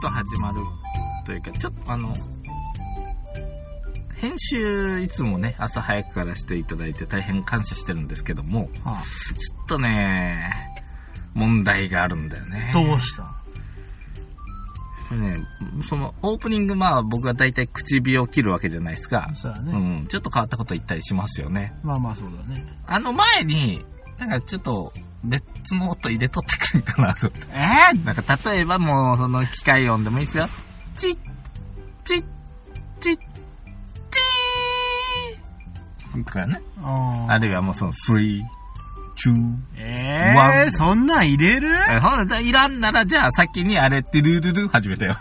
と始まるというか、ちょっと編集いつもね、朝早くからしていただいて大変感謝してるんですけども、ちょっとね、問題があるんだよね。 どうしたね、そのオープニング、まあ僕は大体唇を切るわけじゃないですか。 そうだね。 ちょっと変わったこと言ったりしますよね。 まあまあそうだね。 前に、なんかちょっと別の音入れとってくれんかなと思って。なんか例えばもうその機械音でもいいですよ。チッ、チッ、チッ、チーとかね。あるいはもうその3、2、1。 そんなん入れる？ いらんならじゃあ先にあれってルルル始めてよ。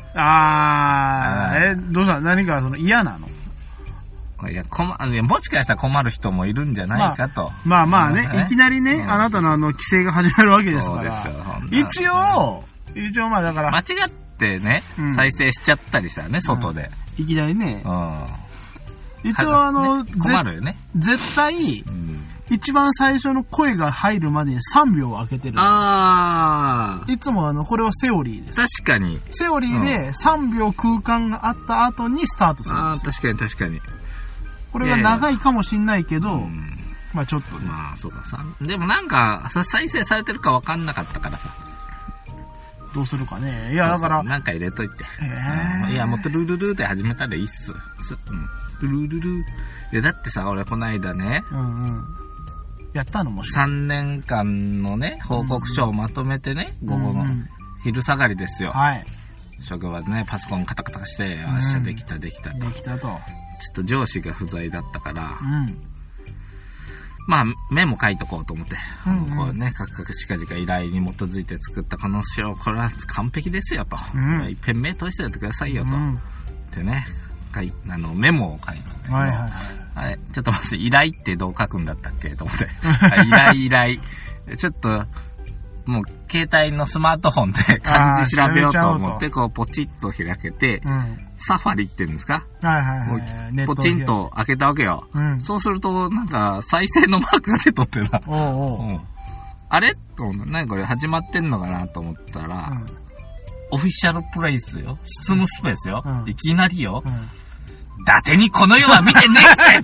どうした？何かその嫌なの？ いや、もしかしたら困る人もいるんじゃないかと。 まあね、いきなりね、あなたの規制が始まるわけですから。 そうですよ。一応まあだから。 間違ってね、再生しちゃったりしたらね、外で。 いきなりね。一応困るよね。 絶対、一番最初の声が入るまでに3秒空けてる。いつもこれはセオリーです。 確かに。 セオリーで3秒空間があった後にスタートするんですよ。 確かに。 これが長いかもしんないけど、まあちょっとね。 まあそうかさ。でもなんか、再生されてるか分かんなかったからさ。 どうするかね。いやだから。 なんか入れといて。いや、もっとルルルで始めたらいいっす。ルルルル。いや、だってさ、俺こないだね。 やったのも 3年間のね、報告書をまとめてね、午後の昼下がりですよ。職場でね、パソコンカタカタして、よっしゃ、できたと。 できたと。 ちょっと上司が不在だったから、まあ、メモ書いとこうと思って、こうね、カクカクしかじか依頼に基づいて作ったこの資料、これは完璧ですよと。いっぺん目通してやってくださいよと。ってね、メモを書いて。あれ、ちょっと待って、依頼ってどう書くんだったっけと思って。依頼。ちょっと、もう、携帯のスマートフォンで漢字調べようと思って、こう、ポチッと開けて、サファリって言うんですか？ポチンと開けたわけよ。そうすると、なんか、再生のマークが出とってな。あれと思って、何これ始まってんのかなと思ったら、オフィシャルプレイスよ。執務スペースよ。いきなりよ。伊達にこの世は見てね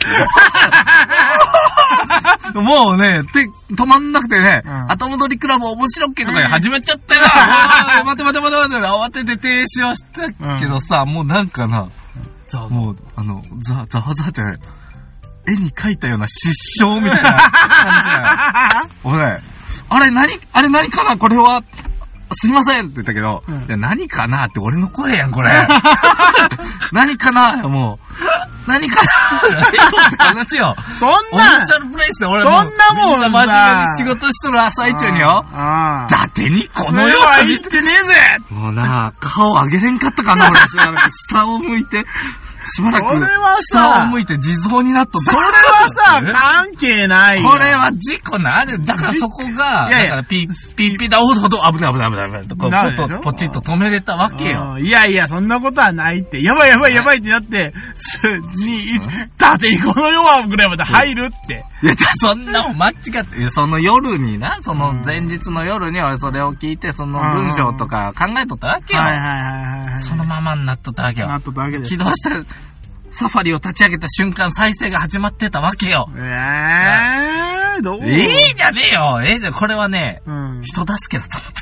えもうね、止まんなくてね、後戻りクラブ面白っけとか始めちゃったよ。待て、慌てて停止をしたけどさ、もうなんかな、もう、ざわざわじゃない。絵に描いたような失笑みたいな感じだよ。俺、あれ何かなこれは。すいませんって言ったけど、いや何かなって俺の声やん、これ。何かなもう。何かなって話よ。 そんなオフィシャルプレイスで俺もう。そんなもん真面目に仕事しとる最中によ。伊達にこの世は言ってねえぜもうな、顔上げれんかったかな俺。下を向いて。しばらく下を向いて地蔵になっとった。 それはさ、関係ないよ。 これは事故な。だからそこが、だからピッだ、ほど危ないと、こう、ポチッと止めれたわけよ。 いや、そんなことはないって。やばいってなって、縦にこの世はぐらいまで入るって。 いや、そんなもん間違って、その夜にな、その前日の夜に俺それを聞いて、その文章とか考えとったわけよ。そのままになっとったわけよ。起動したサファリを立ち上げた瞬間、再生が始まってたわけよ。 どう？ じゃねえよ。これはね、人助けだと思って。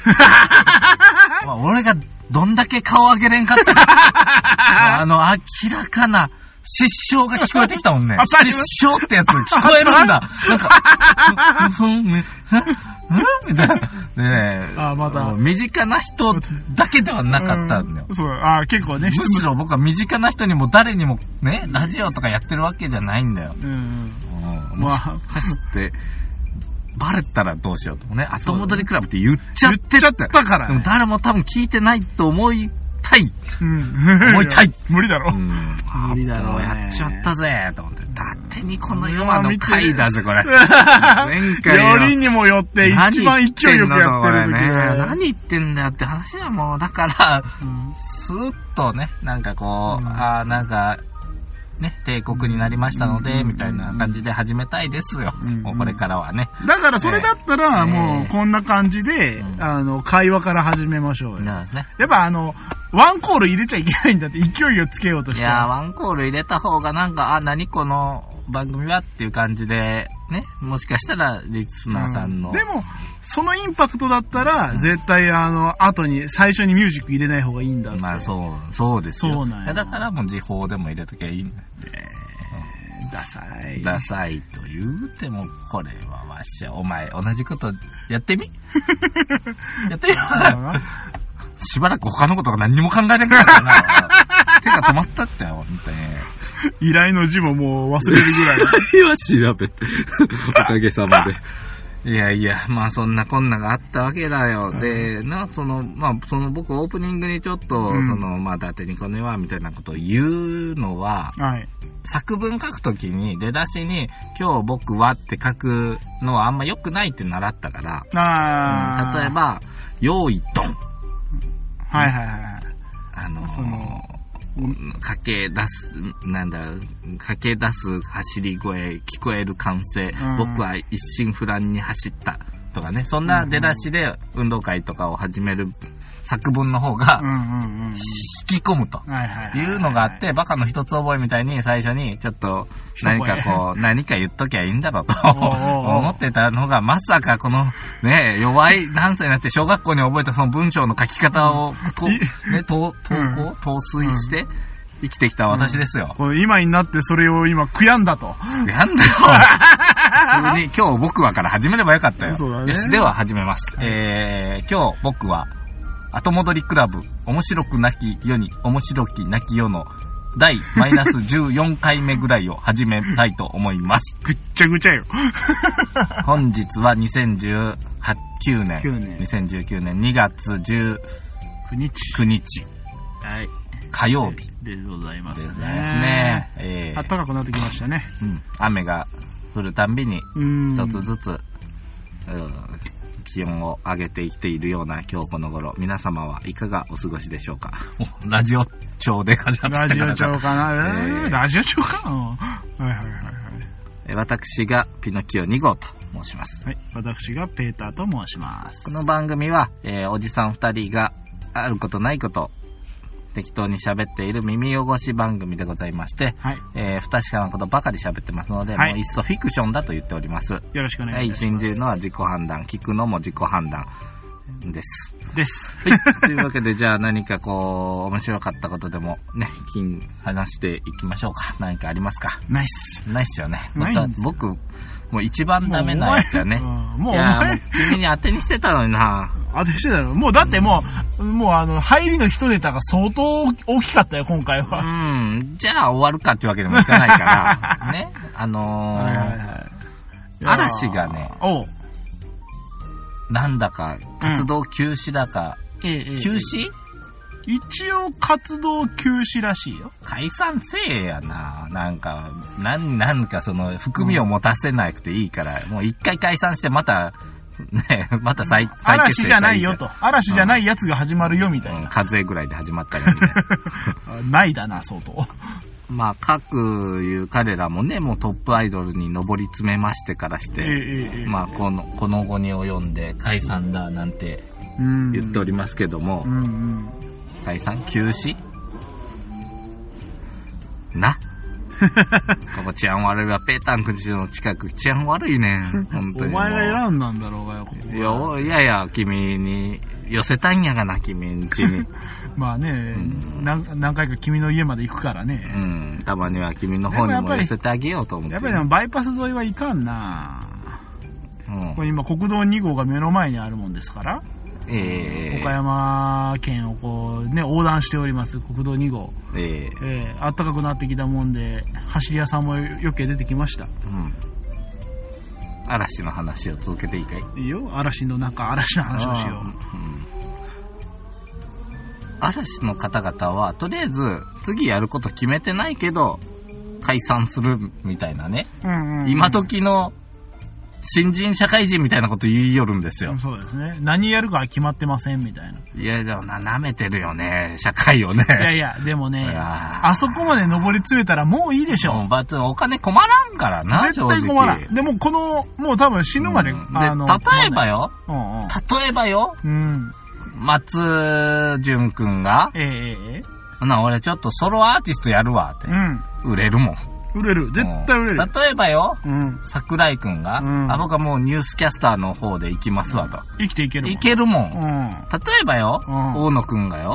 まあ、俺がどんだけ顔上げれんかったか。明らかな失笑が聞こえてきたもんね。失笑ってやつ聞こえるんだ。なんか、みたいな。ねえ。また。身近な人だけではなかったんだよ。 結構ね。 むしろ僕は身近な人にも誰にもね、ラジオとかやってるわけじゃないんだよ。もし走って、バレたらどうしようとね。後戻りクラブって言っちゃってたから。 でも誰も多分聞いてないと思いたい。 思いたい。無理だろ。 無理だろ。やっちゃったぜ、と思って。だってにこの世はの回だぜ、これ。 前回よりにもよって一番勢いよくやってる時ね。 何言ってんだよって話はもう、だから、スーッとね、なんかこう、なんか、 ね、帝国になりましたので、みたいな感じで始めたいですよ。もうこれからはね。 だからそれだったら、もうこんな感じで、会話から始めましょうよ。 そうですね。 やっぱワンコール入れちゃいけないんだって、勢いをつけようとして。 いや、ワンコール入れた方がなんか、何この番組はっていう感じで、ね、もしかしたらリスナーさんの。 でも、そのインパクトだったら、絶対後に、最初にミュージック入れない方がいいんだって。 まあそうですよ。 そうなんや。 だからもう時報でも入れときゃいいんだ。 ダサい。 ダサいと言うても、これはわしは、お前同じことやってみやってみしばらく他のことが何にも考えなくなったな。手が止まったってよ、本当に。 依頼の字ももう忘れるぐらい。 今調べて。おかげさまで。いやいや、まあそんなこんながあったわけだよ。で、僕オープニングにちょっと、伊達にこねは、みたいなことを言うのは、はい、作文書くときに、出だしに、今日僕はって書くのはあんま良くないって習ったから、例えば、用意ドン。 はいはいはい。 駆け出す走り声、聞こえる歓声、僕は一心不乱に走ったとかね、そんな出だしで運動会とかを始める作文の方が引き込むというのがあって、バカの一つ覚えみたいに最初にちょっと何か言っときゃいいんだろうと思ってたのが、まさかこのね、弱い何歳になって小学校に覚えたその文章の書き方を陶酔して生きてきた私ですよ。 今になってそれを今悔やんだと。 悔やんだよ。普通に今日僕はから始めればよかったよ。 そうだね。 よし、では始めます。今日僕は後戻りクラブ、面白くなき世に面白きなき世の第-14回目ぐらいを始めたいと思います。 ぐっちゃぐちゃよ。 本日は2019年2月19日。 はい。 火曜日。 でございますね。 ですね。 暖かくなってきましたね。 雨が降るたんびに一つずつ、気温を上げて生きているような今日この頃、皆様はいかがお過ごしでしょうか。ラジオ調で始まったから。 ラジオ調かな、ラジオ調かはいはいはいはい。 私がピノキオ2号と申します。 はい。私がペーターと申します。 この番組は、おじさん2人があることないこと適当に喋っている耳汚し番組でございまして、はい、不確かなことばかり喋ってますので、はい、もういっそフィクションだと言っております。よろしくお願いします。 信じるのは自己判断、聞くのも自己判断です。 です。 はい。というわけで、じゃあ何か面白かったことでもね、話していきましょうか。何かありますか？ ないっす。 ないっすよね。また僕、もう一番ダメなやつやね。もう君に当てにしてたのにな。 当てにしてたの？もうだってもう入りの一ネタが相当大きかったよ、今回は。 じゃあ終わるかってわけでもいかないから。ね。嵐がね、なんだか活動休止だか、休止？ 一応活動休止らしいよ。 解散せえやな。なんかその含みを持たせなくていいから、もう一回解散してまた再結成。 嵐じゃないよと。嵐じゃないやつが始まるよみたいな。 風ぐらいで始まったよみたいな。ないだな、相当。 まあ、各いう彼らもね、もうトップアイドルに上り詰めましてからして、まあ、この後に及んで解散だなんて言っておりますけども、解散休止な。ここ治安悪いわ。ペータン君の近く治安悪いねん。本当に。 お前が選んだんだろうがよ、ここ。 いや、君に寄せたんやがな、君んちに。 まあね、何回か君の家まで行くからね。 たまには君の方にも寄せてあげようと思って。 やっぱりバイパス沿いはいかんな。これ今国道2号が目の前にあるもんですから。岡山県を横断しております国道2号。暖かくなってきたもんで走り屋さんも余計出てきました。 嵐の話を続けていいかい？ いいよ。嵐の話をしよう。 嵐の方々はとりあえず次やること決めてないけど解散するみたいなね。今時の新人社会人みたいなこと言いよるんですよ。 そうですね。何やるかは決まってませんみたいな。 いや、でも舐めてるよね、社会をね。 いやいや、でもね、あそこまで上り詰めたらもういいでしょ。 お金困らんからな、 絶対困らん。でももう多分死ぬまで、例えばよ、松潤くんが、俺ちょっとソロアーティストやるわって。売れるもん。 売れる。絶対売れる。 例えばよ、桜井くんが、僕はもうニュースキャスターの方で行きますわと。 生きていけるもん。 いけるもん。例えばよ、大野くんがよ、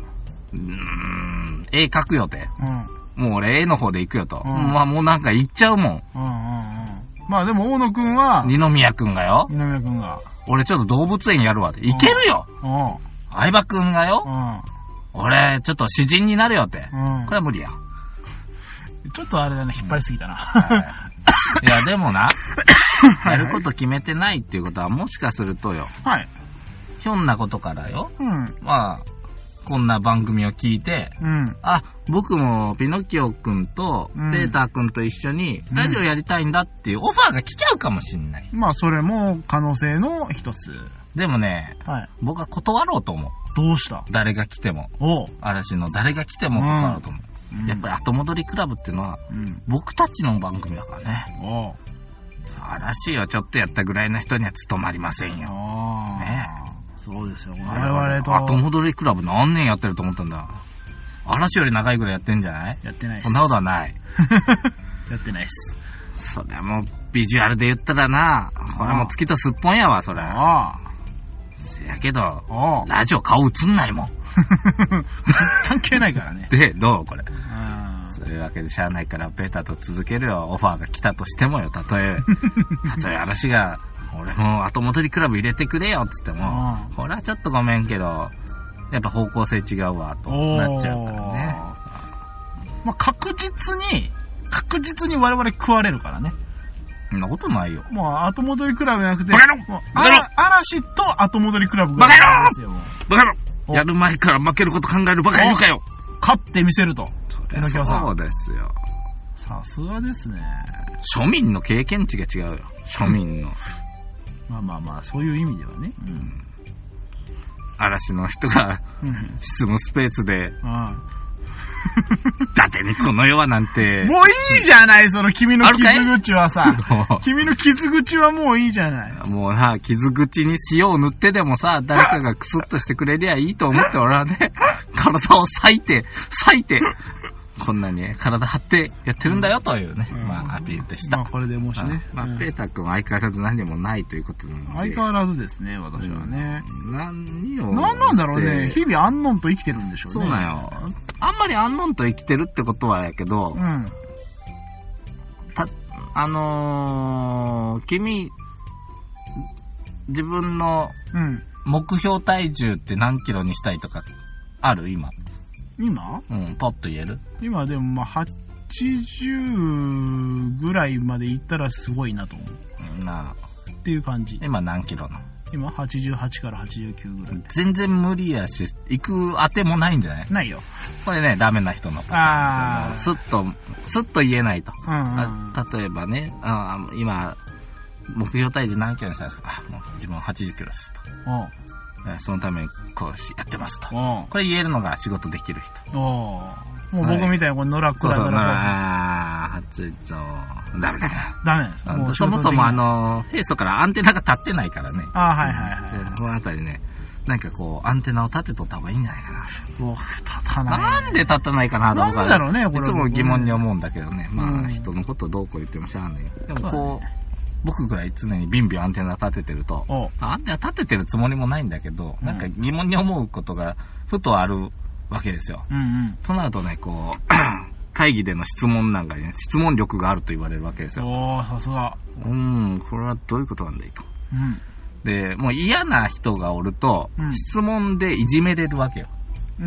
絵描くよって。もう俺絵の方で行くよと。まあもうなんか行っちゃうもん。 まあでも大野くんは、 二宮くんがよ、俺ちょっと動物園やるわって。いけるよ。相葉くんがよ、俺ちょっと詩人になるよって。これは無理や。 ちょっとあれだね、引っ張りすぎたな。 いや、でもな、やること決めてないっていうことは、もしかするとよ、ひょんなことからよ、まあ、こんな番組を聞いて、僕もピノキオくんと、ペーターくんと一緒に、ラジオやりたいんだっていうオファーが来ちゃうかもしんない。 まあ、それも可能性の一つ。 でもね、僕は断ろうと思う。 どうした？ 誰が来ても。嵐の誰が来ても断ろうと思う。やっぱり後戻りクラブっていうのは、僕たちの番組だからね。嵐をちょっとやったぐらいの人には務まりませんよ。ね。 そうですよ。我々と。 後戻りクラブ何年やってると思ったんだ。嵐より長いぐらいやってんじゃない？ やってないっす。 そんなことはない。 やってないっす。 そりゃもうビジュアルで言ったらな、これもう月とすっぽんやわ、それ。せやけど、ラジオ顔映んないもん。 関係ないからね。 で、どうこれ。そういうわけでしゃあないからペーターと続けるよ。オファーが来たとしてもよ。たとえ嵐が、俺も後戻りクラブ入れてくれよっつっても、これはちょっとごめんけど、やっぱ方向性違うわ、となっちゃうからね。 まあ、確実に我々食われるからね。 そんなことないよ。 もう後戻りクラブじゃなくて、 バカ野郎嵐と後戻りクラブが。 バカ野郎やる前から負けること考えるバカいるかよ。 勝ってみせると。 そうですよ。 さすがですね。 庶民の経験値が違うよ。庶民の。 まあ、そういう意味ではね。 嵐の人が、執務スペースで、だてにこの世はなんて。 もういいじゃない、その君の傷口はさ。君の傷口はもういいじゃない。 もうな、傷口に塩を塗ってでもさ、誰かがクスッとしてくれりゃいいと思って俺はね、体を裂いて、こんなに体張ってやってるんだよというね、まあアピールでした。 まあこれでもしね。 まあペーター君は相変わらず何もないということなので。 相変わらずですね、私はね。 何なんだろうね、日々安穏と生きてるんでしょうね。 そうなんよ。あんまり安穏と生きてるってことはやけど、君、自分の目標体重って何キロにしたいとかある今。ポッと言える？ 今でもまあ80ぐらいまでいったらすごいなと思う。っていう感じ。 今何キロなの？ 今88から89ぐらい。 全然無理やし、行く当てもないんじゃない？ ないよ。 これね、ダメな人の。スッと言えないと。例えばね、今、目標体重何キロにしたんですか？もう自分80キロですと。そのためにこうやってますと。これ言えるのが仕事できる人。 もう僕みたいにこの野良くらいから。 初ぞ。ダメ。 そもそも平素からアンテナが立ってないからね。 はい。 このあたりね、なんかこう、アンテナを立てとった方がいいんじゃないかな。 立たない。 なんで立たないかなとか。なんだろうね、これ。 いつも疑問に思うんだけどね。まあ、人のことどうこう言ってもしゃあない。でもこう、僕ぐらい常にビンビンアンテナ立ててると、アンテナ立ててるつもりもないんだけど、なんか疑問に思うことがふとあるわけですよ。となるとね、こう、会議での質問なんかに、ね、質問力があると言われるわけですよ。 さすが。 これはどういうことなんだいと。で、もう嫌な人がおると、質問でいじめれるわけよ。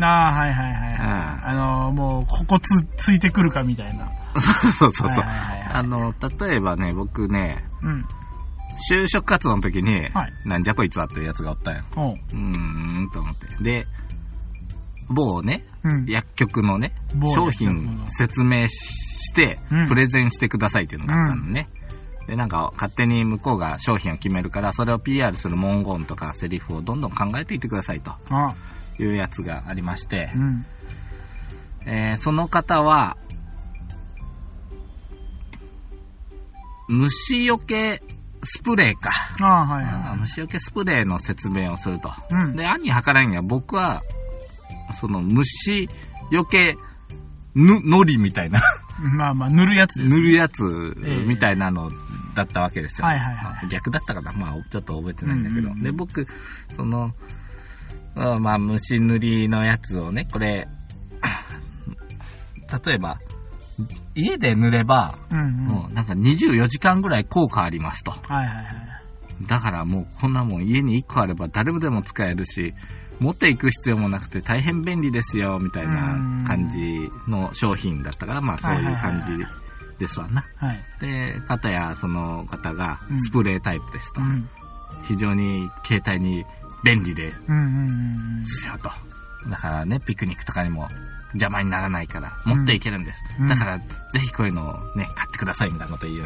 もう、ここついてくるかみたいな。 そう。例えばね、僕ね、就職活動の時に、なんじゃこいつはっていうやつがおったんよ。と思って。で、某ね、薬局のね、商品説明して、プレゼンしてくださいっていうのがあったのね。 で、なんか勝手に向こうが商品を決めるから、それを PR する文言とかセリフをどんどん考えていってくださいというやつがありまして、その方は、虫除けスプレーか。虫除けスプレーの説明をすると。で、兄はからんや、僕は、その虫除けのりみたいな。 塗るやつ。 塗るやつみたいなのだったわけですよ。逆だったかな、ちょっと覚えてないんだけど。で、僕、その、虫塗りのやつをね、これ、例えば、家で塗れば、もうなんか24時間ぐらい効果ありますと。だからもうこんなもん家に1個あれば誰でも使えるし、持っていく必要もなくて大変便利ですよ、みたいな感じの商品だったから、そういう感じですわな。で、かたやその方がスプレータイプですと。非常に携帯に便利で、すよと。だからね、ピクニックとかにも邪魔にならないから持っていけるんです。だからぜひこういうのをね、買ってくださいみたいなこと言うよ。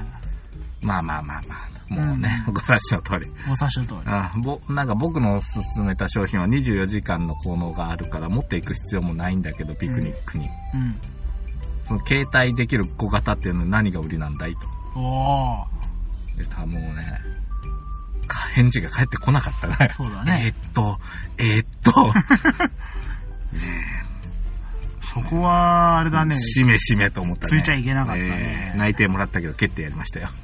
もうね、ご察しの通り。なんか僕の勧めた商品は24時間の効能があるから持っていく必要もないんだけど、ピクニックに。その携帯できる小型っていうのは何が売りなんだいと。で、もうね、返事が返ってこなかったね。 そうだね。そこは、あれだね。 しめと思ったね。 ついちゃいけなかったね。 内定もらったけど、蹴ってやりましたよ。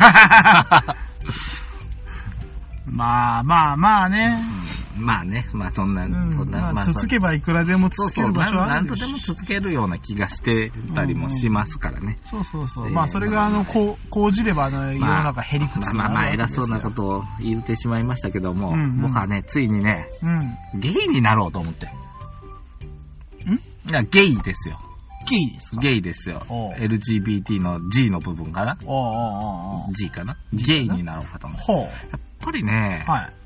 ね。そんな。 続けばいくらでも続ける場所はある。 なんとでも続けるような気がしてたりもしますからね。 それが、講じれば、世の中減り口になるわけですよ。 偉そうなことを言ってしまいましたけども、僕はね、ついにね、ゲイになろうと思って。ゲイですよ。 ゲイですか？ ゲイですよ。LGBT の G の部分かな？ G かな？ゲイになろうかと思って。やっぱりね、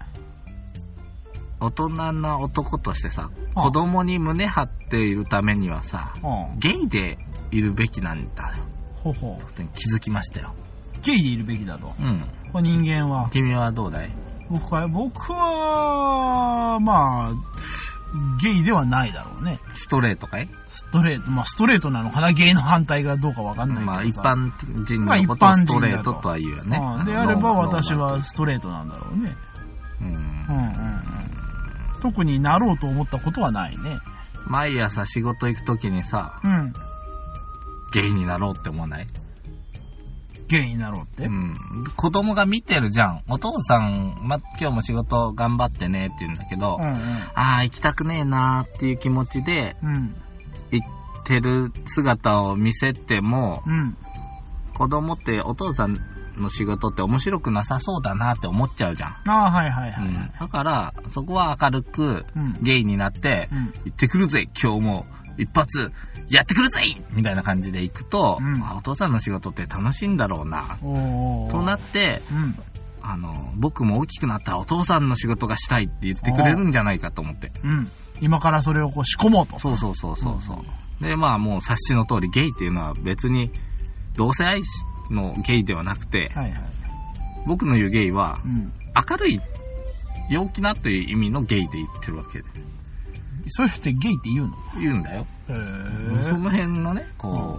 大人な男としてさ、子供に胸張っているためにはさ、ゲイでいるべきなんだよ。気づきましたよ。 ゲイでいるべきだと。人間は。 君はどうだい？ 僕は、ゲイではないだろうね。 ストレートかい？ ストレートなのかな？ゲイの反対がどうかわかんないけど一般人のことをストレートとは言うよね。 であれば私はストレートなんだろうね。特になろうと思ったことはないね。 毎朝仕事行くときにさ、ゲイになろうって思わない？ ゲイになろうって、 子供が見てるじゃん。お父さん、今日も仕事頑張ってねって言うんだけど、行きたくねえなーっていう気持ちで、行ってる姿を見せても、子供ってお父さんの仕事って面白くなさそうだなって思っちゃうじゃん。だから、そこは明るく、ゲイになって、行ってくるぜ、今日も。一発やってくるぜみたいな感じで行くと、お父さんの仕事って楽しいんだろうなとなって、僕も大きくなったらお父さんの仕事がしたいって言ってくれるんじゃないかと思って、 今からそれを仕込もうと。 そうで、もう察しの通りゲイっていうのは別に同性愛のゲイではなくて、僕の言うゲイは、明るい陽気なという意味のゲイで言ってるわけで。 そういう人ってゲイって言うの？ 言うんだよ。その辺のね、考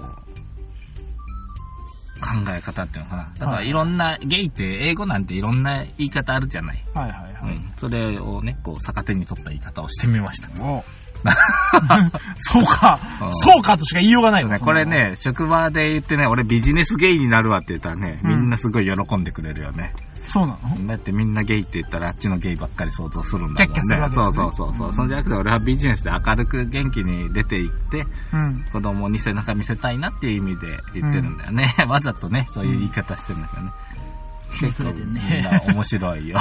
え方っていうのかな。だからいろんな、ゲイって英語なんていろんな言い方あるじゃない。それをね、逆手に取った言い方をしてみました。 そうかとしか言いようがないよね。 これね、職場で言ってね、俺ビジネスゲイになるわって言ったらね、みんなすごい喜んでくれるよね。 そうなの？ だってみんなゲイって言ったらあっちのゲイばっかり想像するんだもんね。そう。そんじゃなくて俺はビジネスで明るく元気に出ていって、子供に背中見せたいなっていう意味で言ってるんだよね。わざとね、そういう言い方してるんだけどね。結構みんな面白いよ。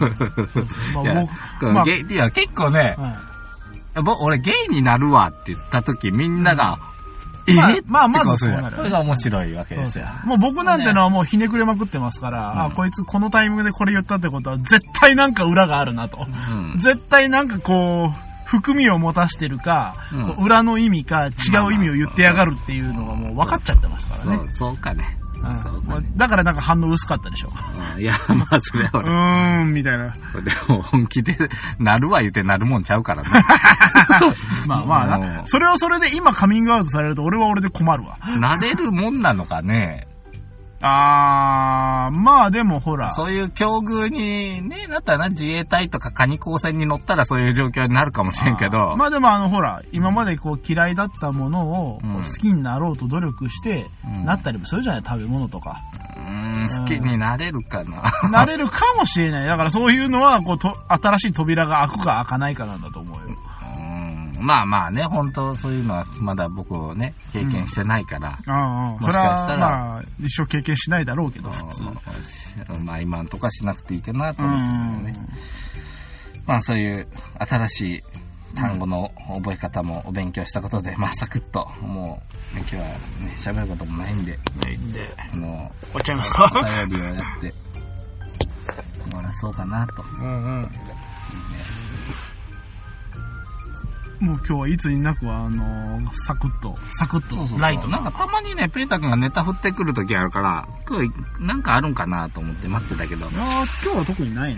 いや、結構ね、俺ゲイになるわって言った時みんなが、 まずそうなる。 それが面白いわけですよ。 もう僕なんてのはもうひねくれまくってますから、こいつこのタイミングでこれ言ったってことは絶対なんか裏があるなと。絶対なんか含みを持たしてるか、裏の意味か違う意味を言ってやがるっていうのがもう分かっちゃってますからね。 そうかね。 だからなんか反応薄かったでしょ。 いや、まあそれはみたいな。 でも本気でなるわ言うてなるもんちゃうからね。 まあまあな。それをそれで今カミングアウトされると俺は俺で困るわ。 なれるもんなのかね。 まあでもほら。 そういう境遇にね、だったらな、自衛隊とかカニ高専に乗ったらそういう状況になるかもしれんけど。 まあでもほら、今までこう嫌いだったものを好きになろうと努力して、なったりもするじゃない、食べ物とか。 好きになれるかな。 なれるかもしれない。だからそういうのは、こう新しい扉が開くか開かないかなんだと思うよ。 まあまあね、本当そういうのはまだ僕をね、経験してないから。 もしかしたら。まあ、一生経験しないだろうけど、普通。 まあ今のとこはしなくていいかなと思ってるんだよね。まあそういう新しい単語の覚え方もお勉強したことで、まあサクッと、もう、今日はね、喋ることもないんで、 終わっちゃいますか？ お便りをやって、終わらそうかなと。 もう今日はいつになくは、サクッと、ライト。 なんかたまにね、ペーター君がネタ振ってくるときあるから、今日なんかあるんかなと思って待ってたけど。 いや今日は特にないね。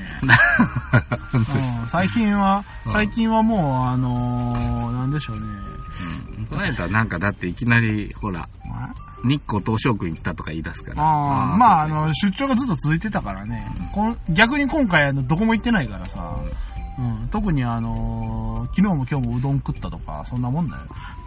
最近はもう、なんでしょうね。 この間なんかだっていきなり、ほら、日光東照宮行ったとか言い出すから。 まあ、出張がずっと続いてたからね。逆に今回どこも行ってないからさ。特に昨日も今日もうどん食ったとか、そんなもんだよ。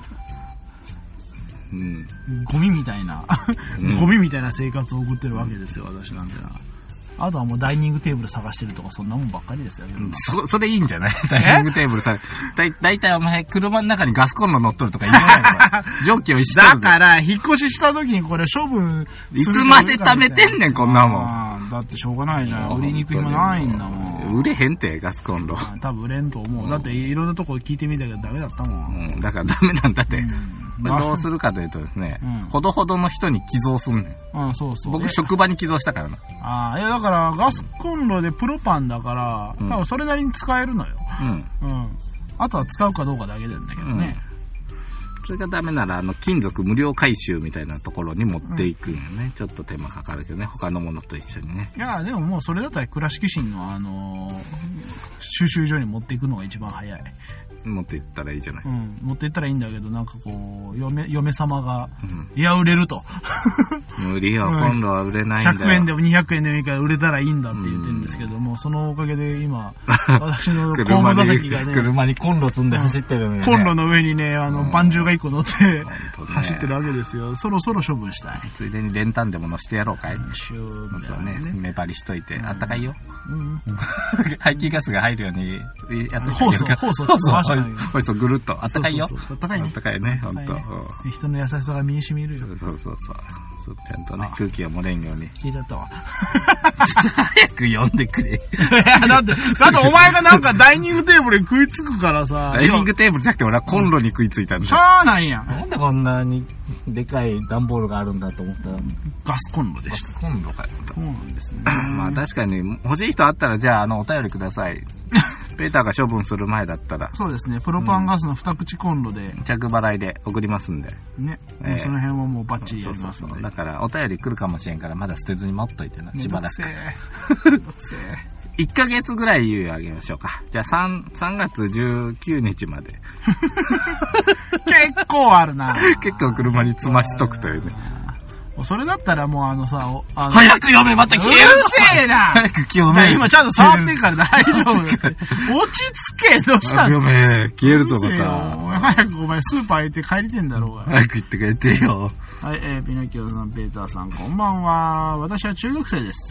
ゴミみたいな、ゴミみたいな生活を送ってるわけですよ、私なんてな。あとはもうダイニングテーブル探してるとか、そんなもんばっかりですよ。 それいいんじゃない？ダイニングテーブル探だいたいお前、車の中にガスコンロ乗っとるとかいいんじゃないの？蒸気を石だから、引っ越しした時にこれ処分いつまで貯めてんねん、こんなもん。 だってしょうがないじゃん。売りにくいもないんだもん。 売れへんて、ガスコンロ。 多分売れんと思う。だっていろんなとこ聞いてみたけどダメだったもん。だからダメなんだって。どうするかというとですね、ほどほどの人に寄贈すんねん。 そうそう。 僕、職場に寄贈したからな。 いやだからガスコンロでプロパンだから、多分それなりに使えるのよ。あとは使うかどうかだけなんだけどね。 それがダメなら、金属無料回収みたいなところに持っていくんよね。ちょっと手間かかるけどね、他のものと一緒にね。 いや、でももうそれだったら倉敷市の収集所に持っていくのが一番早い。 持っていったらいいじゃない。 持っていったらいいんだけど、なんかこう、嫁様が、いや、売れると。 無理よ、今度は売れないんだよ。 100円でも200円でもいいから売れたらいいんだって言ってるんですけども、そそのおかげで今、私の後部座席がね、 車にコンロ積んで走ってるのよね。 コンロの上にね、バンジューが1個乗って、走ってるわけですよ。そろそろ処分したい。 ついでに練炭でも乗してやろうかい？そうね、目張りしといて、あったかいよ。排気ガスが入るようにやっといて。 ホースほいそぐるっと。あったかいよ。 あったかいね。 あったかいね、ほんと。 人の優しさが身に染みるよ。 そう。ちゃんとね、空気が漏れんように。 聞いちゃったわ。 ちょっと早く読んでくれ。 だってお前がなんかダイニングテーブルに食いつくからさ。 ダイニングテーブルじゃなくて俺はコンロに食いついたんだ。 しゃーないやん。 なんでこんなにでかい段ボールがあるんだと思ったら。 ガスコンロでした。 ガスコンロかよ。 そうなんですね。 まあ確かに欲しい人あったらじゃあお便りください。ペーターが処分する前だったら。 そうですね。プロパンガスの2口コンロで。 着払いで送りますんで。 ね。その辺はもうバッチリやりますので。 だからお便り来るかもしれんからまだ捨てずに持っといてな。しばらく。1ヶ月ぐらい猶予あげましょうか。じゃあ3月19日まで。 結構あるな。 結構車に積ましとくというね。 それだったらもう早く読め、また消える。 うるせえな。 早く読め。 今ちゃんと触ってるから大丈夫。落ち着け、どうしたの？ 読め、消えるとまた。 早くお前スーパー行って帰りてんだろうが。 早く行ってくれてよ。 はい、ピノキオさん、ペーターさん、こんばんは。私は中学生です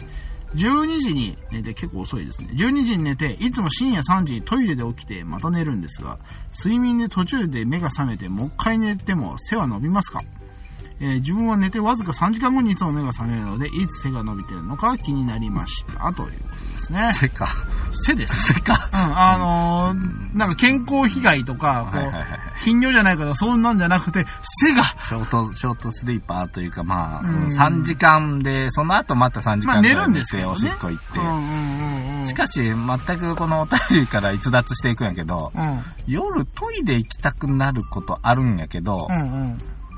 。12時に寝て、結構遅いですね。12時に寝て、いつも深夜3時にトイレで起きて、また寝るんですが、睡眠で途中で目が覚めて、もう一回寝ても背は伸びますか？自分は寝てわずか3時間後にいつも目が覚めるので、いつ背が伸びてるのか気になりました。ということですね。 背か。 背です。 背か。 なんか健康被害とか、頻尿じゃないから、そんなんじゃなくて、背が。 ショートスリーパーというか、まあ、3時間で、その後また3時間寝るんですよ、 おしっこ行って。しかし、全くこのお便りから逸脱していくんやけど、夜トイレ行きたくなることあるんやけど、結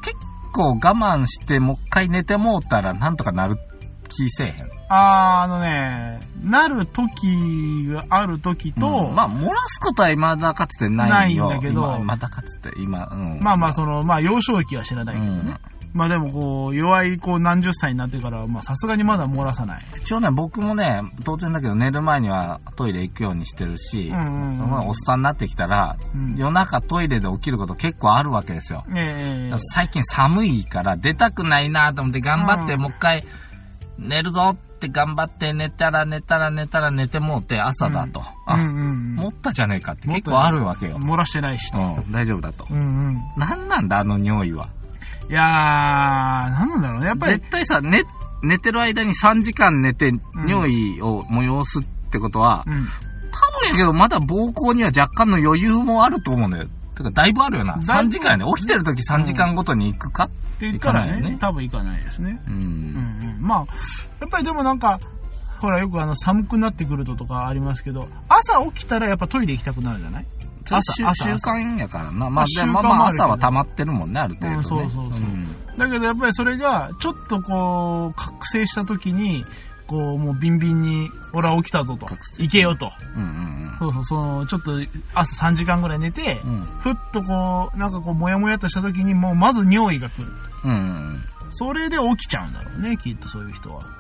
構我慢してもう一回寝てもうたらなんとかなる気せえへん。 なる時がある時と、 まあ、漏らすことは未だかつてないよ。 ないんだけど、 未だかつて、まあ、幼少期は知らないけどね。まあでも弱い何十歳になってから、さすがにまだ漏らさない。 一応ね、僕もね、当然だけど寝る前にはトイレ行くようにしてるし、おっさんになってきたら、夜中トイレで起きること結構あるわけですよ。最近寒いから出たくないなと思って頑張ってもう一回寝るぞって頑張って寝たら寝てもうて朝だと。持ったじゃねえかって結構あるわけよ。 漏らしてないしと。 大丈夫だと。なんなんだあの匂いは。 いやー、なんなんだろうね。やっぱり。 絶対さ、寝てる間に3時間寝て尿意を催すってことは、多分やけどまだ膀胱には若干の余裕もあると思うのよ。てかだいぶあるよな。3時間やね。起きてる時3時間ごとに行くかって言ったらね、多分行かないですね。まあ、やっぱりでもほらよく寒くなってくるとかありますけど、朝起きたらやっぱトイレ行きたくなるじゃない？ 習慣やからな。まあ朝は溜まってるもんね、ある程度ね。 そう。だけどやっぱりそれが、ちょっと覚醒した時に、もうビンビンに、俺は起きたぞと。行けよと。ちょっと朝3時間ぐらい寝て、ふっともやもやっとした時に、もうまず尿意が来る。それで起きちゃうんだろうね、きっとそういう人は。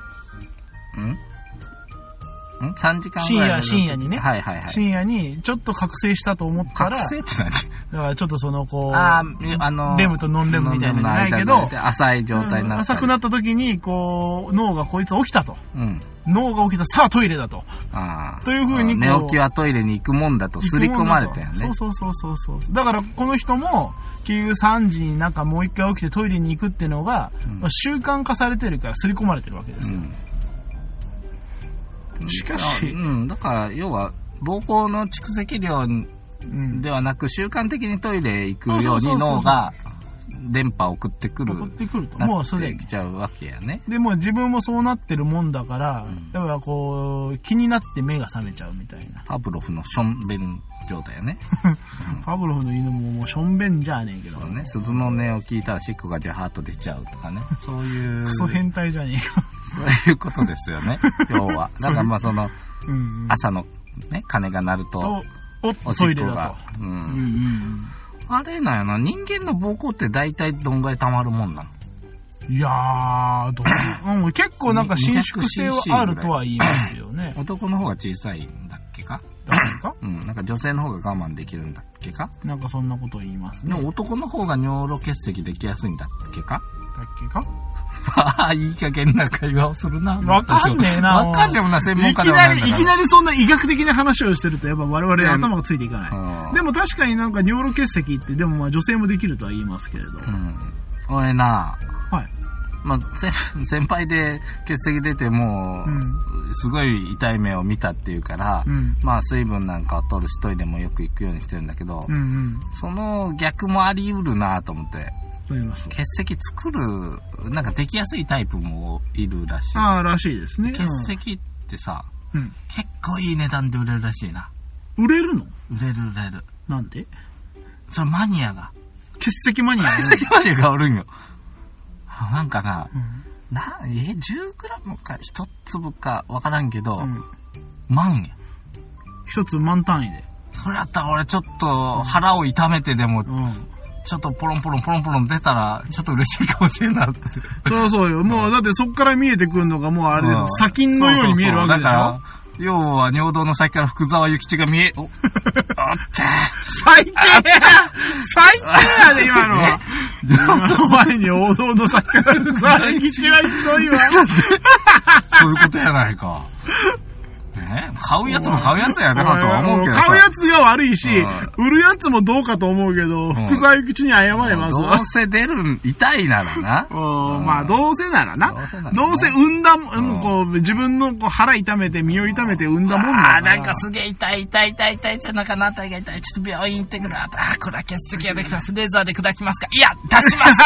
3時間ぐらい深夜にね。深夜に、ちょっと覚醒したと思ったら、 覚醒って何？ だからちょっっとレムとノンレムみたいなのじゃないけど、 浅い状態になった。 浅くなった時に、脳がこいつ起きたと。脳が起きた、さあトイレだと。という風に寝起きはトイレに行くもんだと刷り込まれたよね。 そう。だからこの人も、結局3時にもう一回起きてトイレに行くっていうのが、習慣化されてるから刷り込まれてるわけですよ。しかし、 だから要は膀胱の蓄積量ではなく習慣的にトイレ行くように脳が電波を送ってくるともうすでにきちゃうわけやね。 でも自分もそうなってるもんだから、やっぱ気になって目が覚めちゃうみたいな。 パブロフのションベン状態やね。 パブロフの犬ももうションベンじゃねえけど。 そうね。鈴の音を聞いたらシックがジャハート出ちゃうとかね。そういう。 クソ変態じゃねえか。 そういうことですよね。要は。だから朝のね、鐘が鳴ると、 トイレだと。 あれなんやな、人間の膀胱って大体どんぐらい溜まるもんなの？ いやー、結構伸縮性はあるとは言いますよね。 男の方が小さいんだっけか？女性の方が我慢できるんだっけか？ そんなことを言いますね。 でも男の方が尿路結石できやすいんだっけか？いい加減な会話をするな。 わかんねえな。 わかんねえもんな、専門家ではないんだから。 いきなりそんな医学的な話をしてると、やっぱ我々頭がついていかない。でも確かに尿路結石って、でも女性もできるとは言いますけれど。 俺な、 はい。 先輩で結石出てもう、すごい痛い目を見たっていうから、水分なんかを取るしトイレもよく行くようにしてるんだけど、その逆もあり得るなと思って。結石作る、できやすいタイプもいるらしい。 らしいですね。 結石ってさ、結構いい値段で売れるらしいな。 売れるの？ 売れる。 なんで？ それマニアが。 結石マニア結石マニアがおるんよ。10g か1粒かわからんけど、万や。 1つ万単位で。 それやったら俺ちょっと腹を痛めてでも、ちょっとポロンポロン出たら、ちょっと嬉しいかもしれないって。 そうよ。もうだってそっから見えてくるのがもうあれですよ。砂金のように見えるわけでしょ？ 要は尿道の先から福沢諭吉が見え、おっちゃ最低やで、今のは。目の前に王道の先から福沢諭吉はひどいわ。 そういうことやないか。買うやつも買うやつやなとは思うけど買うやつが悪いし、売るやつもどうかと思うけど、福沢諭吉に謝れますわ。 どうせ出る、痛いならな。 どうせならな。どうせ産んだ、自分の腹痛めて、身を痛めて産んだもんだから。 なんかすげえ痛い、背中のあたりが痛い、ちょっと病院行ってくる。これは結石ができた。レーザーで砕きますか？いや、出します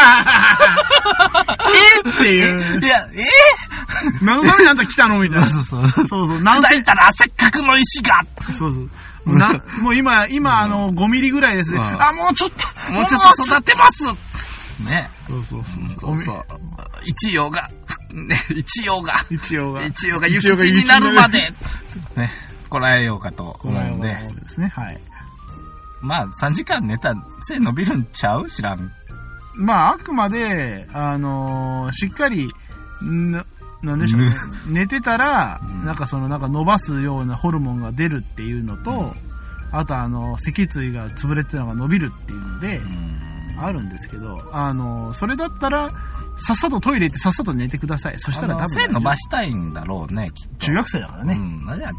っていう。 いや、 何のためにあんた来たのみたいな。そう。 砕いたらせっかくの石が。 そう。もう今5ミリぐらいですね。もうちょっと育てます。 ね。 そうそう。 一葉が、ね、一葉が諭吉になるまで、ね、こらえようかと思うんで。 そうですね、はい。 まあ、3時間寝たら背伸びるんちゃう？知らん。 まあ、あくまで、しっかり、なんでしょうね。寝てたら、なんか伸ばすようなホルモンが出るっていうのと、あと脊椎が潰れてたのが伸びるっていうので、あるんですけど、それだったら、さっさとトイレ行ってさっさと寝てください。そしたら多分。 背伸ばしたいんだろうね、きっと。 中学生だからね。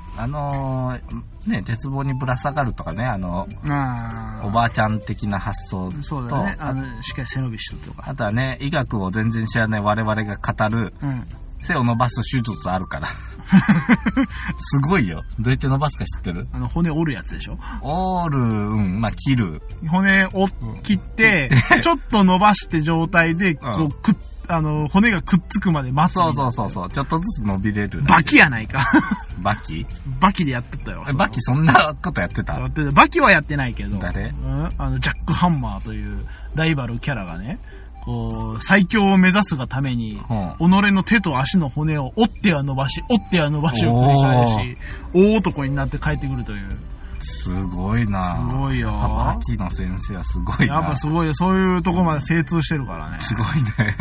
ね、鉄棒にぶら下がるとかね、おばあちゃん的な発想と。 そうだね。しっかり背伸びしとくとか。 あとはね、医学を全然知らない我々が語る、背を伸ばす手術あるから。すごいよ。どうやって伸ばすか知ってる？ 骨折るやつでしょ？ まあ、切る。 骨を切って、ちょっと伸ばして状態で、こう、骨がくっつくまで待つ。 そう。ちょっとずつ伸びれる。 バキやないか。 バキでやってたよ。 バキそんなことやってた？ バキはやってないけど。 誰？ ジャックハンマーというライバルキャラがね、こう、最強を目指すがために、己の手と足の骨を折っては伸ばしを繰り返し、大男になって帰ってくるという。 すごいな。 すごいよ。 バキの先生はすごいな。 やっぱすごいよ。そういうとこまで精通してるからね。 すごいね。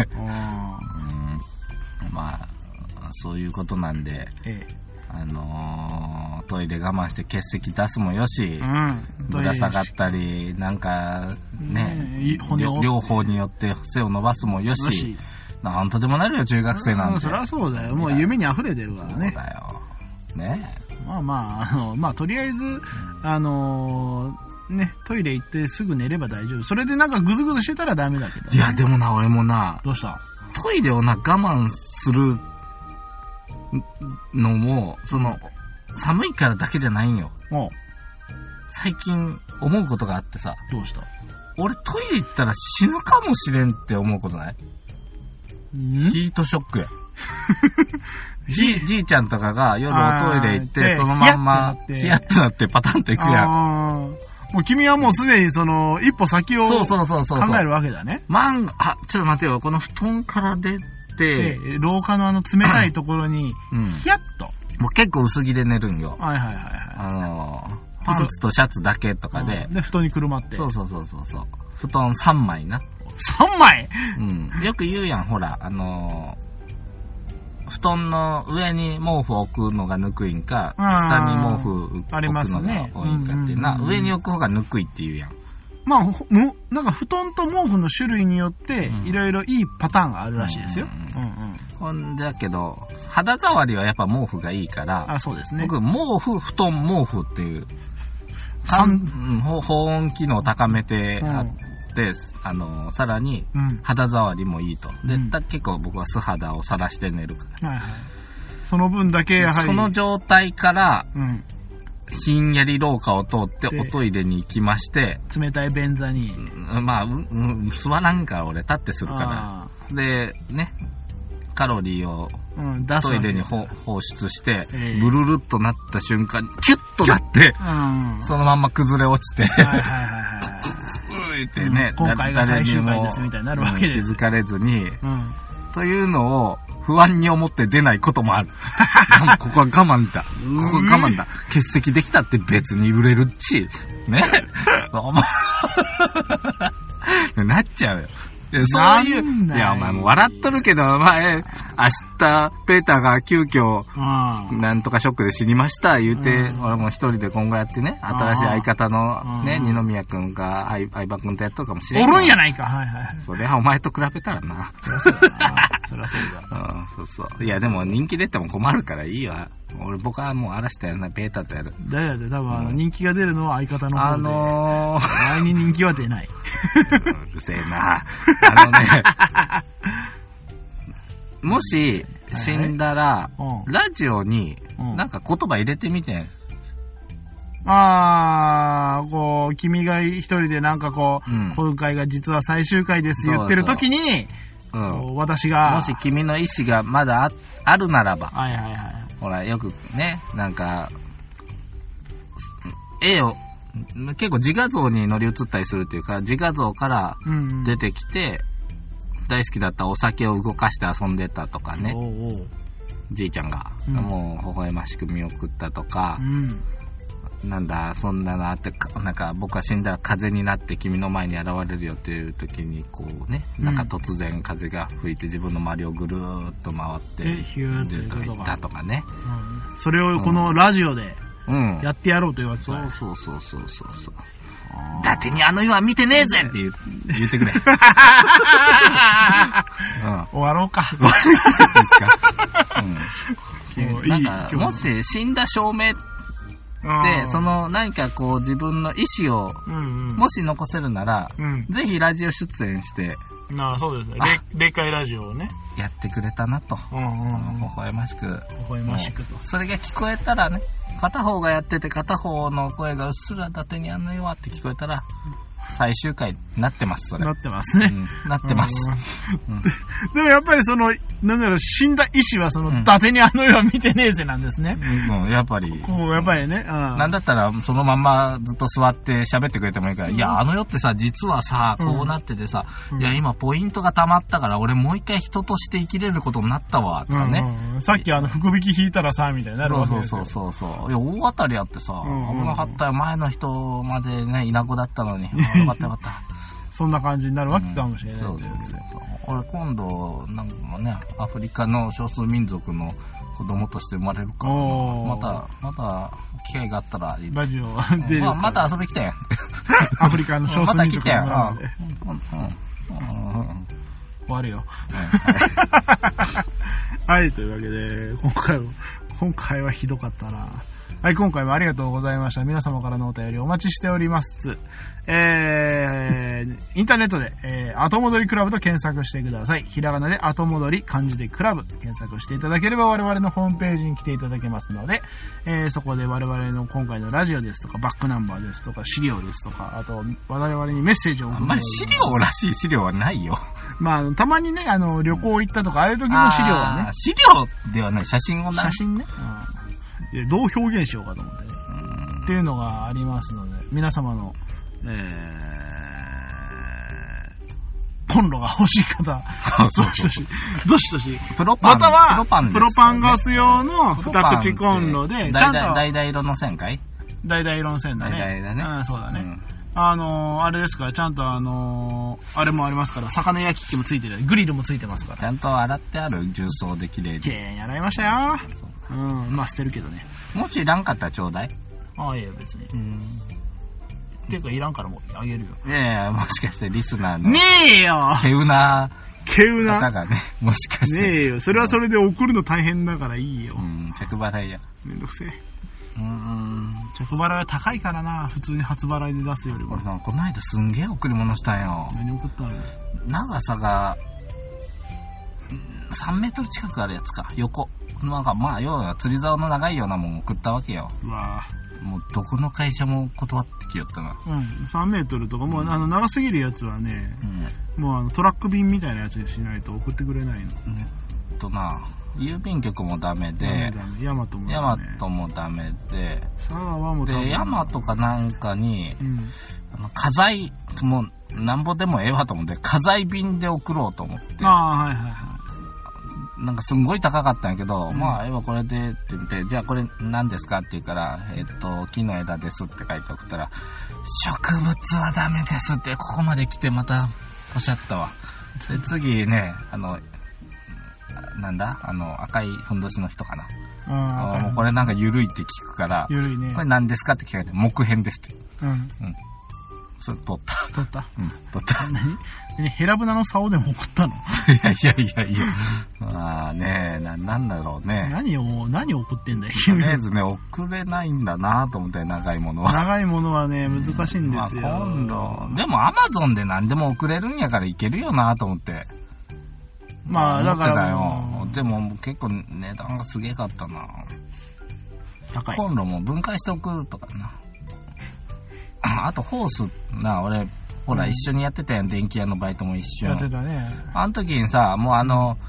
まあ、そういうことなんで、トイレ我慢して血石出すもよし、ぶら下がったり、なんか、ね、両方によって背を伸ばすもよし、なんとでもなるよ、中学生なんて。 そりゃそうだよ。もう夢に溢れてるからね。 そうだよ。ね。 まあ、とりあえず、ね、トイレ行ってすぐ寝れば大丈夫。それでなんかグズグズしてたらダメだけど、ね。 いや、でもな、俺もな、 どうした？ トイレをな、我慢するのも、寒いからだけじゃないんよ。最近思うことがあってさ。 どうした？ 俺トイレ行ったら死ぬかもしれんって思うことない？ヒートショックや。じいちゃんとかが夜おトイレ行って、そのまんま、ヒヤッとなってパタンと行くやん。 もう君はもうすでに一歩先を考えるわけだね。 ちょっと待てよ、この布団から出て、 廊下の冷たいところに、ヒヤッと。 もう結構薄着で寝るんよ。 はい。 パンツとシャツだけとかで。 で、布団にくるまって。 そう。布団3枚な。 3枚？ よく言うやん、ほら、布団の上に毛布を置くのがぬくいんか、下に毛布置くのが多いんかってな、上に置く方がぬくいって言うやん。 まあ、なんか布団と毛布の種類によって、いろいろいいパターンがあるらしいですよ。 ほんだけど、肌触りはやっぱ毛布がいいから、 そうですね。 僕、布団、毛布っていう、保温機能を高めてあって、さらに、肌触りもいいと。で、結構僕は素肌を晒して寝るから。 その分だけやはり。 その状態から、ひんやり廊下を通っておトイレに行きまして、 冷たい便座に。 まあ、座らんから俺立ってするから。で、ね、カロリーをトイレに放出して、ブルルっとなった瞬間にキュッとなって、そのまんま崩れ落ちて、ってね、 今回が最終回ですみたいになるわけです。 気づかれずに、というのを不安に思って出ないこともある。ここは我慢だ。欠席できたって別に売れるし、ね。なっちゃうよ。そういう、いや、お前も笑っとるけど、お前、明日、ペーターが急遽、なんとかショックで死にました、言うて、俺も一人で今後やってね、新しい相方のね、二宮くんか、相葉くんとやっとるかもしれん。 おるんやないか、 それはお前と比べたらな。 そりゃそうだ。そりゃそうだ。 そう。いや、でも人気出ても困るからいいわ。僕はもう嵐とやるな、ペーターとやる。 だよね、多分人気が出るのは相方の方で。前に人気は出ない。 うるせえな。もし死んだら、ラジオになんか言葉入れてみてん。 こう、君が一人でなんか今回が実は最終回です言ってる時に、私が。 もし君の意思がまだあるならば。ほら、よくね、なんか、絵を、結構自画像に乗り移ったりするっていうか、自画像から出てきて、 大好きだったお酒を動かして遊んでたとかね。じいちゃんが、もう微笑ましく見送ったとか、なんだ、そんなのあって、なんか僕は死んだら風になって君の前に現れるよっていう時に、こうね、なんか突然風が吹いて自分の周りをぐるーっと回って、 ヒューっていったとかね。 それをこのラジオでやってやろうというわけだ。 そう。伊達にあの世は見てねえぜって言ってくれ。終わろうか。 終わりですか。なんか、もし死んだ証明で、その何かこう自分の意思を、もし残せるなら、ぜひラジオ出演して、 そうですね。霊界ラジオをね。 やってくれたなと。微笑ましく。 微笑ましくと。 それが聞こえたらね、片方がやってて片方の声がうっすら伊達にあの世はって聞こえたら、最終回になってます、それ。 なってますね。 なってます。 でもやっぱりその、なんだろう、死んだ意志はその、伊達にあの世は見てねえぜなんですね。 やっぱり。 やっぱりね。 なんだったら、そのまんまずっと座って喋ってくれてもいいから、いや、あの世ってさ、実はさ、こうなっててさ、いや、今ポイントが溜まったから、俺もう一回人として生きれることになったわ、とかね。 さっき福引き引いたらさ、みたいになるわけですよ。 そう。いや、大当たりあってさ、危なかったよ。前の人までね、稲子だったのに。よかった。 そんな感じになるわけかもしれない。そう。 俺今度、なんかね、アフリカの少数民族の子供として生まれるから、また、機会があったらいい。 ラジオ出る。 また遊び来て。 アフリカの少数民族の村で。終わるよ。はい、というわけで、今回はひどかったな。はい、今回もありがとうございました。皆様からのお便りお待ちしております。インターネットで、後戻りクラブと検索してください。ひらがなで後戻り、漢字でクラブ、検索していただければ我々のホームページに来ていただけますので、そこで我々の今回のラジオですとか、バックナンバーですとか、資料ですとか、あと、我々にメッセージを送って。 あんまり資料らしい資料はないよ。 たまにね、旅行行ったとか、ああいう時の資料はね。 資料ではない、写真を写真ね。どう表現しようかと思ってね。っていうのがありますので、皆様の、コンロが欲しい方、どしどし。または、プロパンガス用の二口コンロで、ちゃんと。 橙色の線かい？ 橙色の線だね。 橙だね。 そうだね。あれですから、ちゃんとあれもありますから、魚焼き器もついてる。グリルもついてますから。 ちゃんと洗ってある、重曹で綺麗に。 綺麗に洗いましたよ。捨てるけどね。 もしいらんかったらちょうだい。 いや、別に。っていうか、いらんからもうあげるよ。 いやもしかしてリスナーの。 ねえよ稀有な方がね、もしかして。 ねえよ。それはそれで送るの大変だからいいよ。 着払いや。 めんどくせえ。着払いは高いからな、普通に初払いで出すよりも。 俺この間すんげえ贈り物したんよ。 何送ったの？ 長さが3メートル近くあるやつか、横。なんか要は釣り竿の長いようなもん送ったわけよ。 うわもうどこの会社も断ってきよったな。 3メートルとかもう長すぎるやつはね、もうトラック便みたいなやつにしないと送ってくれないの。 郵便局もダメで、 ヤマトもダメで、 佐川もダメで、ヤマトかなんかに、家財、もうなんぼでもええわと思って、家財便で送ろうと思って。なんかすんごい高かったんやけど、これでって言って、じゃあこれ何ですかって言うから、木の枝ですって書いて送ったら、植物はダメですって、ここまで来てまたおっしゃったわ。で、次ね、なんだ赤いふんどしの人かな。もうこれなんか緩いって聞くから、 緩いね。 これ何ですかって聞かれて、木片ですって。それ取った。 取った。 取った。 何ヘラブナの竿でも送ったの？ いや。まあね、なんだろうね。 何を送ってんだよ。 とりあえずね、送れないんだなと思って、長いものは。 長いものはね、難しいんですよ。 今度。でも、アマゾンで何でも送れるんやからいけるよなと思って。 だから。 でも、結構値段がすげえかったな。 高い。 コンロも分解しておくとかな。あと、ホース俺、ほら、一緒にやってたやん、電気屋のバイトも一緒。 やってたね。 あの時にさ、もう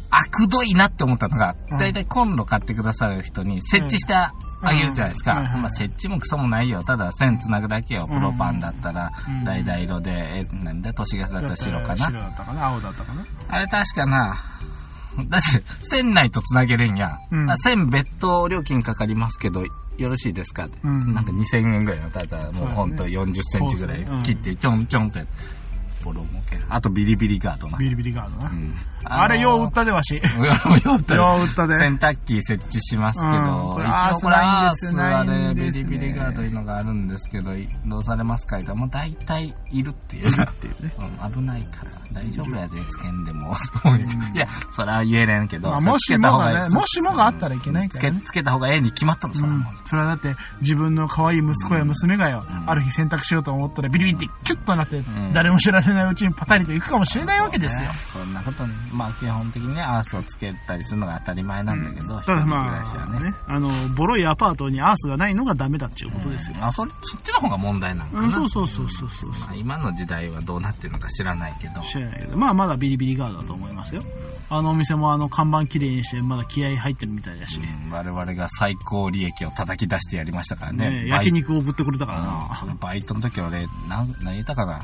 くどいなって思ったのが、だいたいコンロ買ってくださる人に設置してあげるじゃないですか。まあ、設置もクソもないよ。ただ線つなぐだけよ。プロパンだったら、橙色で、なんだ、都市ガスだったら白かな。 白だったかな、青だったかな。 あれ確かな、だって線ないとつなげれんや。線別途料金かかりますけど、よろしいですかって。なんか2000円ぐらいの、ただもうほんと40センチぐらい切って、ちょんちょんって。あとビリビリガードな。 ビリビリガードな。あれよう売ったでわし。よう売ったで。 洗濯機設置しますけど、一応これアースはね、ビリビリガードいうのがあるんですけど、どうされますかってもう大体いるっていう。危ないから大丈夫やで、つけんでも。いや、それは言えれんけど。 もしもがあったらいけないから。 つけた方がええに決まったのさ。 それはだって自分の可愛い息子や娘がよ、ある日洗濯しようと思ったらビリビリってキュッとなって、誰も知られないうちにパタリと行くかもしれないわけですよ。 そんなことに、まあ基本的にね、アースをつけたりするのが当たり前なんだけど、一人暮らしはね。 ボロいアパートにアースがないのがダメだっていうことですよ。 そっちの方が問題なのかな。 そう。 今の時代はどうなってるのか知らないけど。 まあまだビリビリガードだと思いますよ。あのお店も看板きれいにしてまだ気合入ってるみたいだし。 我々が最高利益を叩き出してやりましたからね。 焼肉を送ってくれたからな。 バイトの時俺、何言ったかな。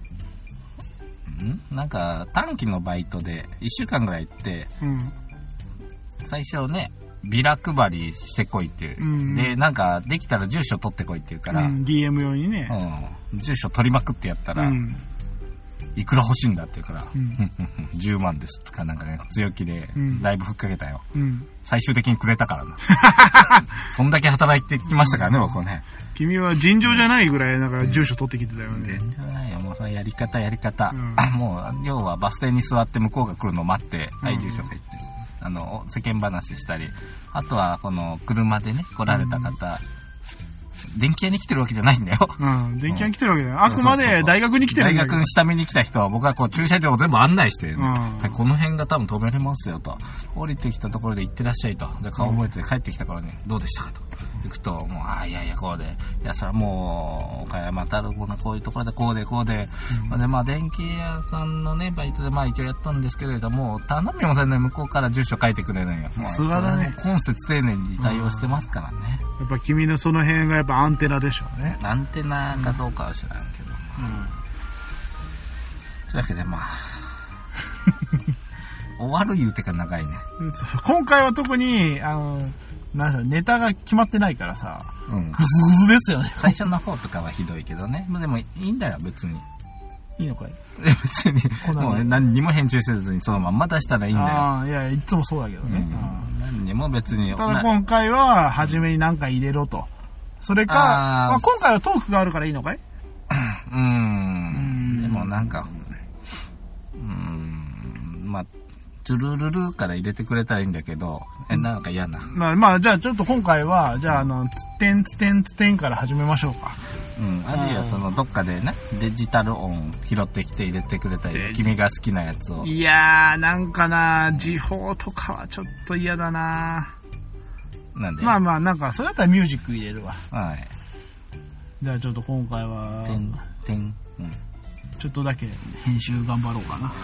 なんか短期のバイトで1週間ぐらい行って、最初ねビラ配りしてこいっていう、でなんかできたら住所取ってこいっていうから、 DM 用にね、 住所取りまくってやったら、いくら欲しいんだって言うから、10万ですとかなんかね強気でだいぶふっかけたよ、最終的にくれたからなそんだけ働いてきましたからね、僕はね。 君は尋常じゃないぐらいなんか住所取ってきてたよね。 尋常じゃないよ、もうそのやり方、もう要はバス停に座って向こうが来るのを待って、はい住所って言って世間話したり、あとはこの車でね来られた方、電気屋に来てるわけじゃないんだよ。 電気屋に来てるわけじゃない。あくまで大学に来てるんだよ。 大学に下見に来た人は僕はこう駐車場を全部案内して、この辺が多分止めれますよと。降りてきたところで行ってらっしゃいと。で、顔覚えて帰ってきたからね、どうでしたかと。行くと、もう、いやいや、こうで。いや、それはもう、岡山たるこういうところで、こうで。で、まあ、電気屋さんのね、バイトで、まあ、一応やったんですけれども、頼みもせんのに向こうから住所書いてくれるんよ。 さすがだね。 今節丁寧に対応してますからね。 やっぱ君のその辺がやっぱアンテナでしょうね。 アンテナかどうかは知らんけど。というわけで、まあ、終わる言うてか長いね。 今回は特に、ネタが決まってないからさ、グズグズですよね。 最初の方とかはひどいけどね。でもいいんだよ、別に。 いいのかい？ 別に、もう何にも編集せずにそのまんま出したらいいんだよ。 いや、いつもそうだけどね。 何にも別に。 ただ今回は、初めに何か入れろと。それか、今回はトークがあるからいいのかい？ でもなんか、まあ、トゥルルルから入れてくれたらいいんだけど、なんか嫌な。 まあ、じゃあちょっと今回は、じゃあつてんから始めましょうか。 あるいはどっかでね、デジタル音拾ってきて入れてくれたり、君が好きなやつを。 いやー、なんかな、時報とかはちょっと嫌だな。 なんで？ まあまあ、なんか、それだったらミュージック入れるわ。 はい。 じゃあちょっと今回は、ちょっとだけ編集頑張ろうかな。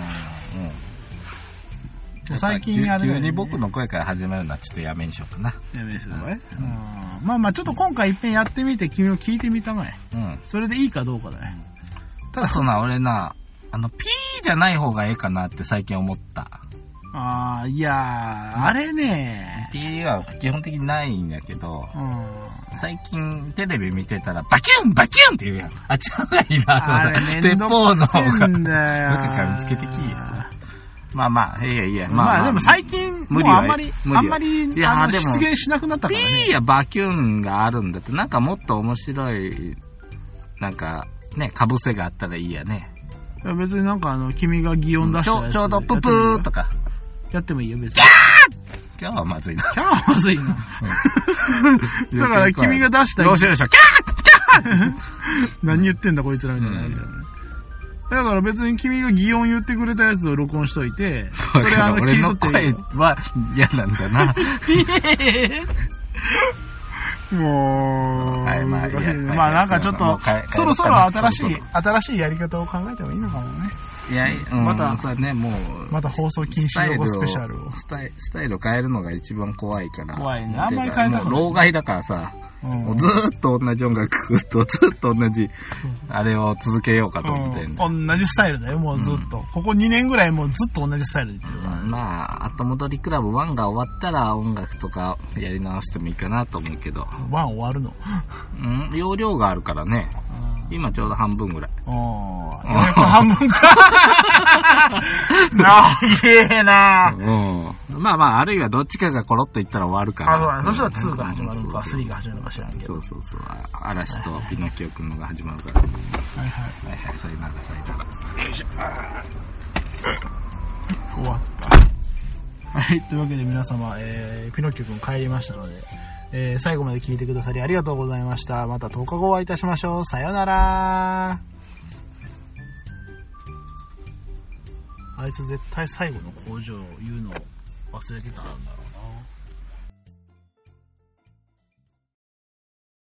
最近あれだよね、 急に僕の声から始めるのはちょっとやめにしようかな。 やめにするのね。まあまあちょっと今回一遍やってみて君を聞いてみたまえ。それでいいかどうかだよ。 ただ俺な、ピーじゃない方がええかなって最近思った。 いやー、あれね。 ピーは基本的にないんだけど、最近テレビ見てたらバキュンバキュンって言うやん。違うがいいな。鉄砲の方が。どっかから見つけてきや。まあ、いや。 まあでも最近、もうあんまり出現しなくなったからね。 ピーやバキュンがあるんだって、なんかもっと面白い、なんか、ね、かぶせがあったらいいやね。 別になんか君が擬音出したやつ。 ちょうどププーとか。 やってもいいよ、別に。 今日はまずいな。 だから君が出したよしよしよし、 何言ってんだこいつらみたいな。だから別に君が擬音言ってくれたやつを録音しといて、 それ俺の声は嫌なんだな。 もう、 はい、まあ、 まあなんかちょっと、そろそろ新しいやり方を考えてもいいのかもね。 いや、また、そうね、もう、 また放送禁止用語スペシャルを。 スタイル変えるのが一番怖いから。 怖いね。あんまり変えたくない。 老害だからさ、もうずーっと同じ音楽とずっと同じ、あれを続けようかと思ってるんで。同じスタイルだよ、もうずっと。ここ2年ぐらいもうずっと同じスタイルで言ってるから。 まあ、後戻りクラブ1が終わったら音楽とかやり直してもいいかなと思うけど。 1終わるの？ 容量があるからね。今ちょうど半分ぐらい。 半分か。なげえな。 まあまあ、あるいはどっちかがコロッといったら終わるから。 そしたら2が始まるのか、3が始まるのか知らんけど。 そう。嵐とピノキオくんのが始まるから。はい、そういうなら。よいしょ。 終わった。はい、というわけで皆様、ピノキオくん帰りましたので、最後まで聞いてくださりありがとうございました。また10日後お会いいたしましょう。さよなら。あいつ絶対最後の工場を言うのを忘れてたんだろう。